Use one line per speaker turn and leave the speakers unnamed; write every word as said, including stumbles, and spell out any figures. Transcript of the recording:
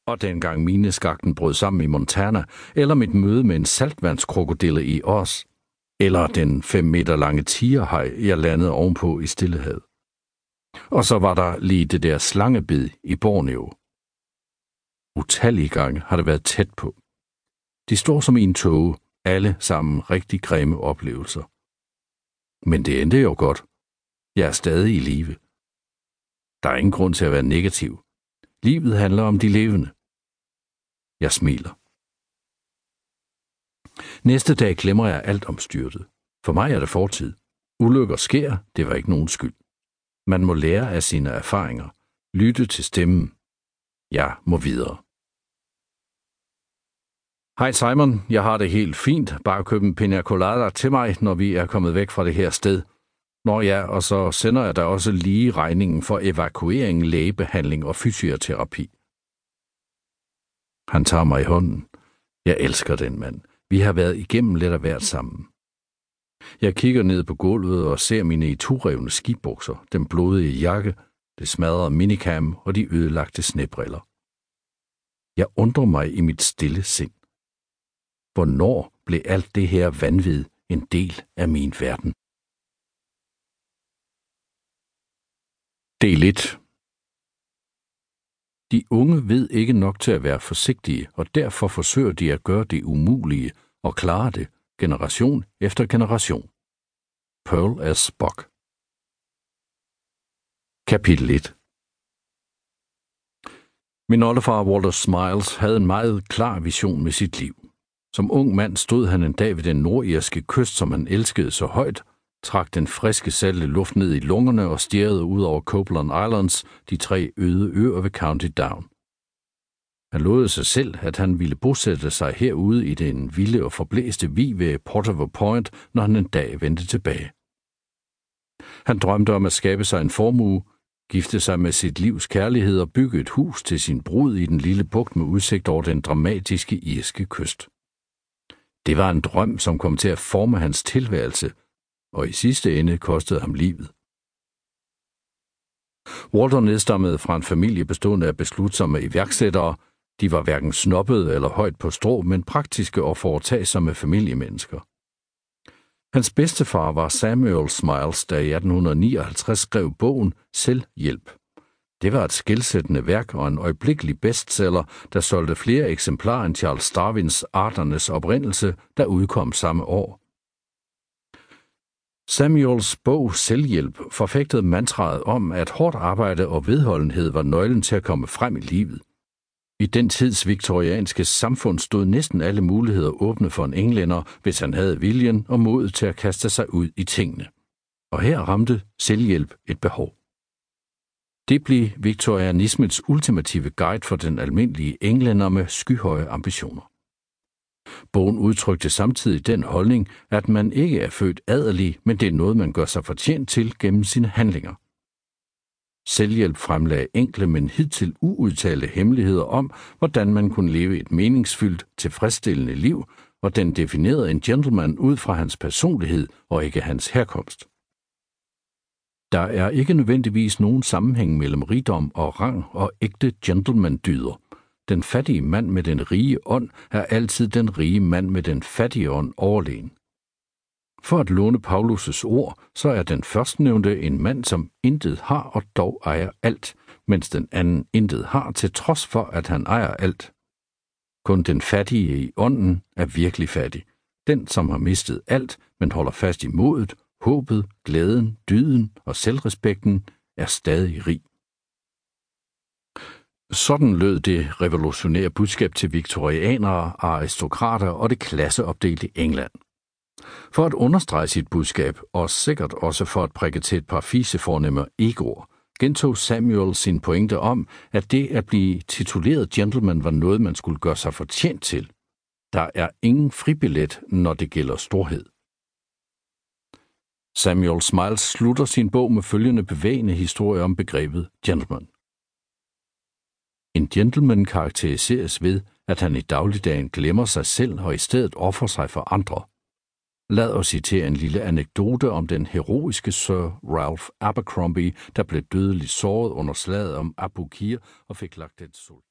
og dengang mineskakten brød sammen i Montana, eller mit møde med en saltvandskrokodille i Oz, eller den fem meter lange tigerhaj, jeg landede ovenpå i Stillehavet. Og så var der lige det der slangebid i Borneo. Utallige gange har det været tæt på. De står som i en tåge, alle sammen rigtig grimme oplevelser. Men det endte jo godt. Jeg er stadig i live. Der er ingen grund til at være negativ. Livet handler om de levende. Jeg smiler. Næste dag glemmer jeg alt om styrtet. For mig er det fortid. Ulykker sker, det var ikke nogen skyld. Man må lære af sine erfaringer. Lytte til stemmen. Jeg må videre. Hej Simon, jeg har det helt fint. Bare køb en pina colada til mig, når vi er kommet væk fra det her sted. Når ja, og så sender jeg da også lige regningen for evakuering, lægebehandling og fysioterapi. Han tager mig i hånden. Jeg elsker den mand. Vi har været igennem lidt af hvert sammen. Jeg kigger ned på gulvet og ser mine iturevne skibukser, den blodige jakke, det smadrede minicam og de ødelagte snebriller. Jeg undrer mig i mit stille sind. Hvornår blev alt det her vanvid en del af min verden? Del et. De unge ved ikke nok til at være forsigtige, og derfor forsøger de at gøre det umulige og klare det, generation efter generation. Pearl S. Buck. Kapitel et. Min oldefar Walter Smiles havde en meget klar vision med sit liv. Som ung mand stod han en dag ved den nordirske kyst, som han elskede så højt, trak den friske salte luft ned i lungerne og stirrede ud over Copeland Islands, de tre øde øer ved County Down. Han lovede sig selv, at han ville bosætte sig herude i den vilde og forblæste vig ved Portover Point, når han en dag vendte tilbage. Han drømte om at skabe sig en formue, gifte sig med sit livs kærlighed og bygge et hus til sin brud i den lille bugt med udsigt over den dramatiske irske kyst. Det var en drøm, som kom til at forme hans tilværelse, og i sidste ende kostede ham livet. Walter nedstammede fra en familie bestående af beslutsomme iværksættere. De var hverken snobbede eller højt på strå, men praktiske og foretagsomme familiemennesker. Hans bedstefar var Samuel Smiles, der i atten nioghalvtreds skrev bogen Selvhjælp. Det var et skelsættende værk og en øjeblikkelig bestseller, der solgte flere eksemplarer end Charles Darwins Arternes oprindelse, der udkom samme år. Samuels bog Selvhjælp forfægtede mantraet om, at hårdt arbejde og vedholdenhed var nøglen til at komme frem i livet. I den tids viktorianske samfund stod næsten alle muligheder åbne for en englænder, hvis han havde viljen og modet til at kaste sig ud i tingene. Og her ramte selvhjælp et behov. Det blev viktorianismets ultimative guide for den almindelige englænder med skyhøje ambitioner. Bogen udtrykte samtidig den holdning, at man ikke er født adelig, men det er noget, man gør sig fortjent til gennem sine handlinger. Selvhjælp fremlagde enkle, men hidtil uudtalte hemmeligheder om, hvordan man kunne leve et meningsfyldt, tilfredsstillende liv, og den definerede en gentleman ud fra hans personlighed og ikke hans herkomst. Der er ikke nødvendigvis nogen sammenhæng mellem rigdom og rang og ægte gentleman-dyder. Den fattige mand med den rige ånd er altid den rige mand med den fattige ånd overlegen. For at låne Paulus' ord, så er den førstnævnte en mand, som intet har og dog ejer alt, mens den anden intet har, til trods for, at han ejer alt. Kun den fattige i ånden er virkelig fattig. Den, som har mistet alt, men holder fast i modet, håbet, glæden, dyden og selvrespekten, er stadig rig. Sådan lød det revolutionære budskab til viktorianere, aristokrater og det klasseopdelte England. For at understrege sit budskab, og sikkert også for at prikke til et par fisefornemme egoer, gentog Samuel sin pointe om, at det at blive tituleret gentleman var noget, man skulle gøre sig fortjent til. Der er ingen fribillet, når det gælder storhed. Samuel Smiles slutter sin bog med følgende bevægende historie om begrebet gentleman. En gentleman karakteriseres ved, at han i dagligdagen glemmer sig selv og i stedet offer sig for andre. Lad os citere en lille anekdote om den heroiske Sir Ralph Abercrombie, der blev dødeligt såret under slaget om Aboukir og fik lagt et soldat.